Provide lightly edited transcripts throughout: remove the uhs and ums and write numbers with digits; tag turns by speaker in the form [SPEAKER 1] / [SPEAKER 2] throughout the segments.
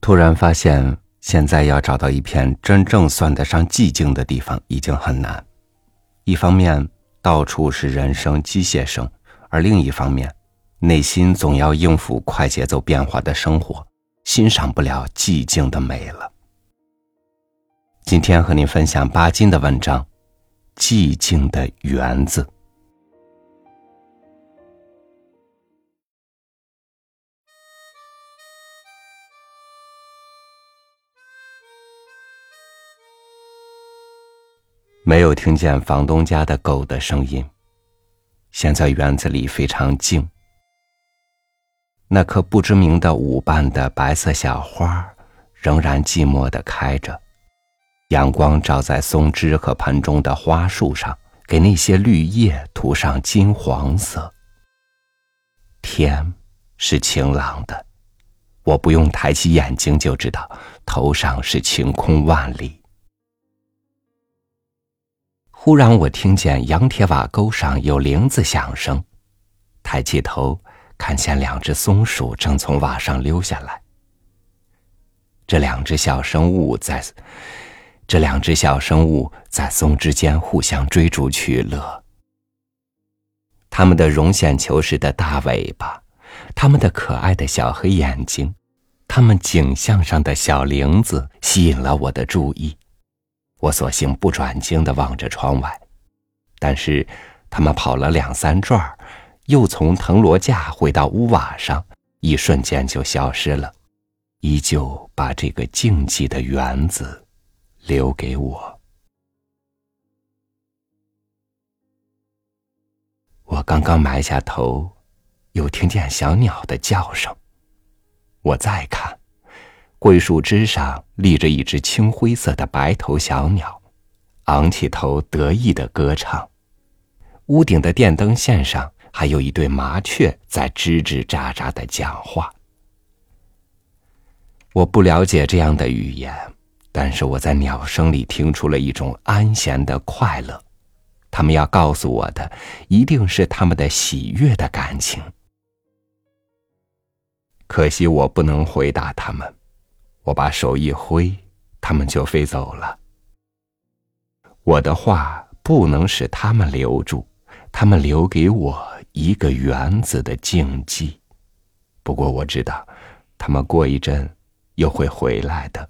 [SPEAKER 1] 突然发现现在要找到一片真正算得上寂静的地方已经很难。一方面到处是人声机械声，而另一方面内心总要应付快节奏变化的生活，欣赏不了寂静的美了。今天和您分享巴金的文章《寂静的园子》。没有听见房东家的狗的声音，现在园子里非常静。那棵不知名的舞瓣的白色小花仍然寂寞地开着，阳光照在松枝和盆中的花树上，给那些绿叶涂上金黄色。天是晴朗的，我不用抬起眼睛就知道头上是晴空万里。忽然我听见羊铁瓦沟上有铃子响声，抬起头看见两只松鼠正从瓦上溜下来。这两只小生物在松枝间互相追逐取乐。它们的绒线球似的大尾巴，它们的可爱的小黑眼睛，它们颈项上的小铃子吸引了我的注意。我索性不转睛地望着窗外，但是他们跑了2-3转，又从藤萝架回到屋瓦上，一瞬间就消失了，依旧把这个静寂的园子留给我。我刚刚埋下头，又听见小鸟的叫声。我再看，桂树枝上立着一只青灰色的白头小鸟，昂起头得意地歌唱。屋顶的电灯线上还有一对麻雀在吱吱喳喳地讲话。我不了解这样的语言，但是我在鸟声里听出了一种安闲的快乐。他们要告诉我的一定是他们的喜悦的感情。可惜我不能回答他们，我把手一挥，他们就飞走了。我的话不能使他们留住，他们留给我一个园子的静寂。不过我知道，他们过一阵又会回来的。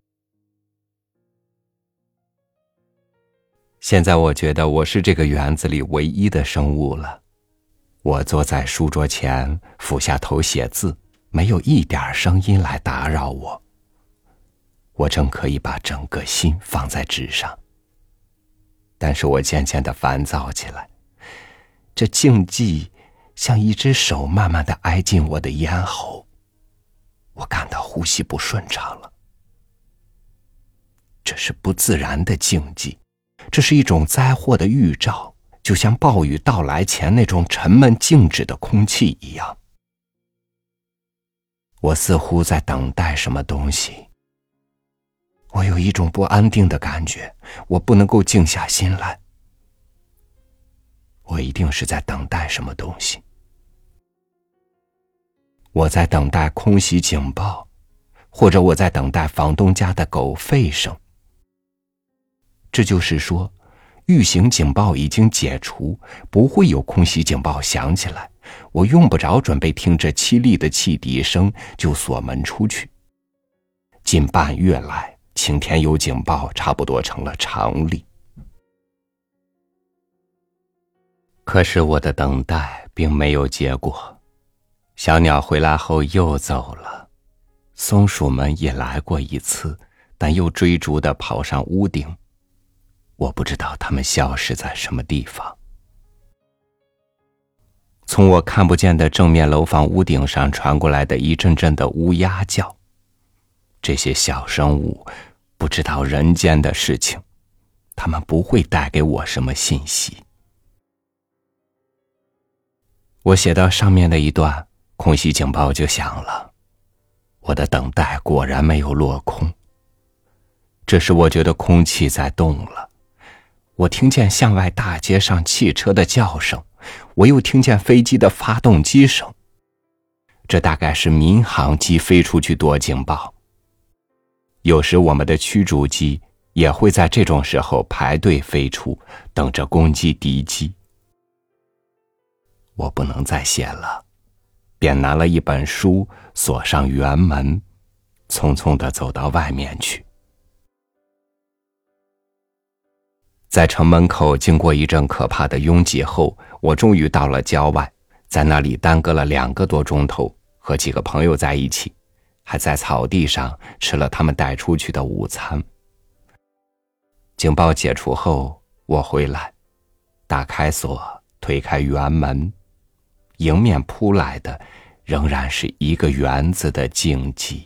[SPEAKER 1] 现在我觉得我是这个园子里唯一的生物了。我坐在书桌前，俯下头写字，没有一点声音来打扰我。我正可以把整个心放在纸上，但是我渐渐地烦躁起来。这静寂像一只手慢慢地挨进我的咽喉，我感到呼吸不顺畅了。这是不自然的静寂，这是一种灾祸的预兆，就像暴雨到来前那种沉闷静止的空气一样。我似乎在等待什么东西。我有一种不安定的感觉，我不能够静下心来。我一定是在等待什么东西。我在等待空袭警报，或者我在等待房东家的狗吠声。这就是说，预警警报已经解除，不会有空袭警报响起来，我用不着准备听着凄厉的汽笛声就锁门出去。近半月来，晴天有警报差不多成了常例。可是我的等待并没有结果，小鸟回来后又走了，松鼠们也来过一次，但又追逐地跑上屋顶。我不知道它们消失在什么地方。从我看不见的正面楼房屋顶上传过来的一阵阵的乌鸦叫，这些小生物不知道人间的事情，它们不会带给我什么信息。我写到上面的一段，空袭警报就响了。我的等待果然没有落空。这时我觉得空气在动了，我听见向外大街上汽车的叫声，我又听见飞机的发动机声。这大概是民航机飞出去躲警报， 有时我们的驱逐机也会在这种时候排队飞出，等着攻击敌机。我不能再写了，便拿了一本书，锁上园门，匆匆地走到外面去。在城门口经过一阵可怕的拥挤后，我终于到了郊外，在那里耽搁了2个多钟头，和几个朋友在一起，还在草地上吃了他们带出去的午餐。警报解除后，我回来，打开锁，推开园门，迎面扑来的仍然是一个园子的静寂。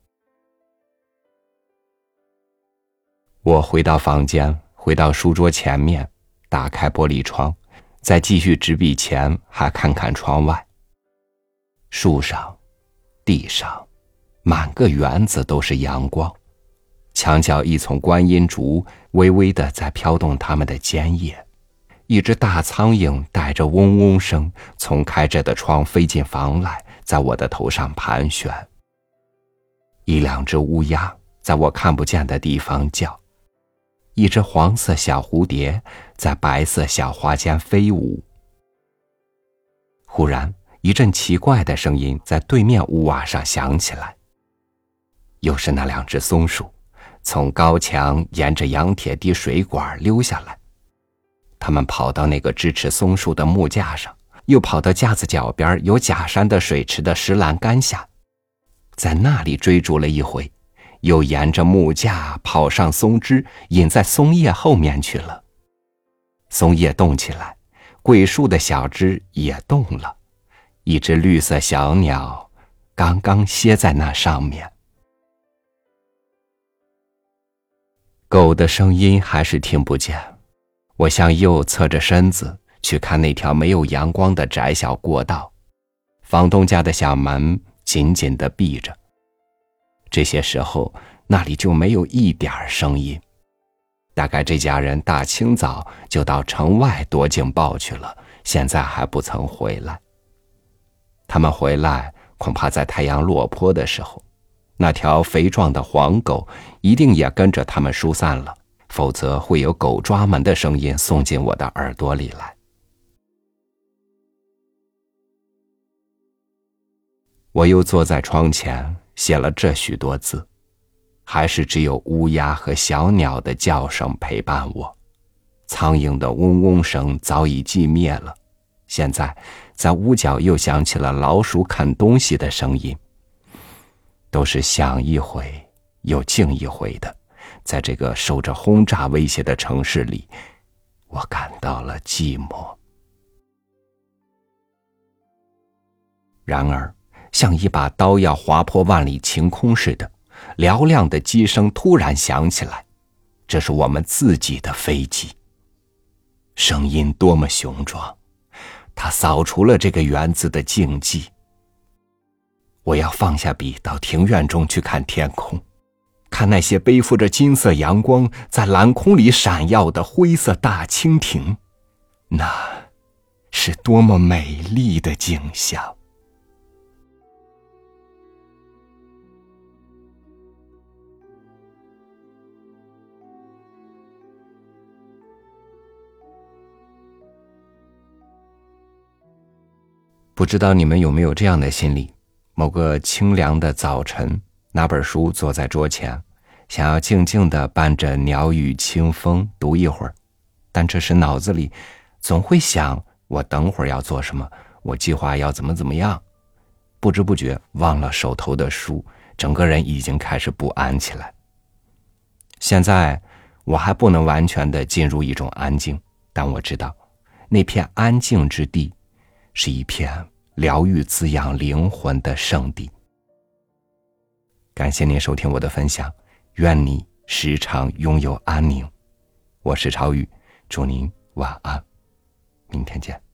[SPEAKER 1] 我回到房间，回到书桌前面，打开玻璃窗，再继续执笔前还看看窗外。树上，地上，满个园子都是阳光，墙角一丛观音竹微微地在飘动它们的尖叶，一只大苍蝇带着嗡嗡声从开着的窗飞进房来，在我的头上盘旋。1-2只乌鸦在我看不见的地方叫，一只黄色小蝴蝶在白色小花间飞舞。忽然一阵奇怪的声音在对面屋瓦上响起来，又是那2只松鼠从高墙沿着羊铁滴水管溜下来，它们跑到那个支持松树的木架上，又跑到架子脚边有假山的水池的石栏杆下，在那里追逐了一回，又沿着木架跑上松枝，隐在松叶后面去了。松叶动起来，桂树的小枝也动了，一只绿色小鸟刚刚歇在那上面。狗的声音还是听不见，我向右侧着身子去看那条没有阳光的窄小过道，房东家的小门紧紧地闭着。这些时候那里就没有一点声音，大概这家人大清早就到城外躲警报去了，现在还不曾回来。他们回来恐怕在太阳落坡的时候，那条肥壮的黄狗一定也跟着他们疏散了，否则会有狗抓门的声音送进我的耳朵里来。我又坐在窗前写了这许多字，还是只有乌鸦和小鸟的叫声陪伴我，苍蝇的嗡嗡声早已寂灭了，现在在屋角又响起了老鼠啃东西的声音，都是响一回又静一回的。在这个受着轰炸威胁的城市里，我感到了寂寞。然而像一把刀要划破万里晴空似的，嘹亮的机声突然响起来，这是我们自己的飞机。声音多么雄壮，它扫除了这个园子的静寂。我要放下笔，到庭院中去看天空，看那些背负着金色阳光在蓝空里闪耀的灰色大蜻蜓，那是多么美丽的景象。不知道你们有没有这样的心理，某个清凉的早晨，拿本书坐在桌前，想要静静地伴着鸟语清风读一会儿，但这时脑子里总会想，我等会儿要做什么，我计划要怎么样，不知不觉忘了手头的书，整个人已经开始不安起来。现在我还不能完全地进入一种安静，但我知道那片安静之地是一片疗愈滋养灵魂的圣地。感谢您收听我的分享，愿你时常拥有安宁。我是超宇，祝您晚安，明天见。